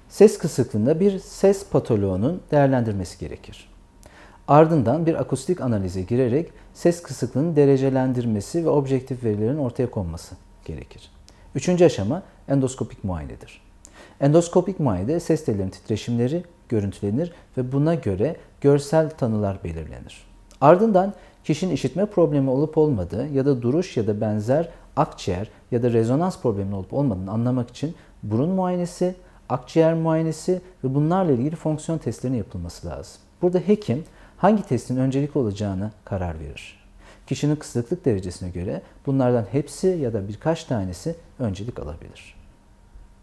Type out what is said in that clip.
Ses kısıklığında bir ses patoloğunun değerlendirmesi gerekir. Ardından bir akustik analize girerek ses kısıklığının derecelendirmesi ve objektif verilerin ortaya konması gerekir. Üçüncü aşama endoskopik muayenedir. Endoskopik muayenede ses tellerinin titreşimleri görüntülenir ve buna göre görsel tanılar belirlenir. Ardından kişinin işitme problemi olup olmadığı ya da duruş ya da benzer akciğer ya da rezonans problemi olup olmadığını anlamak için burun muayenesi, akciğer muayenesi ve bunlarla ilgili fonksiyon testlerinin yapılması lazım. Burada hekim hangi testin öncelikli olacağına karar verir. Kişinin kısıklık derecesine göre bunlardan hepsi ya da birkaç tanesi öncelik alabilir.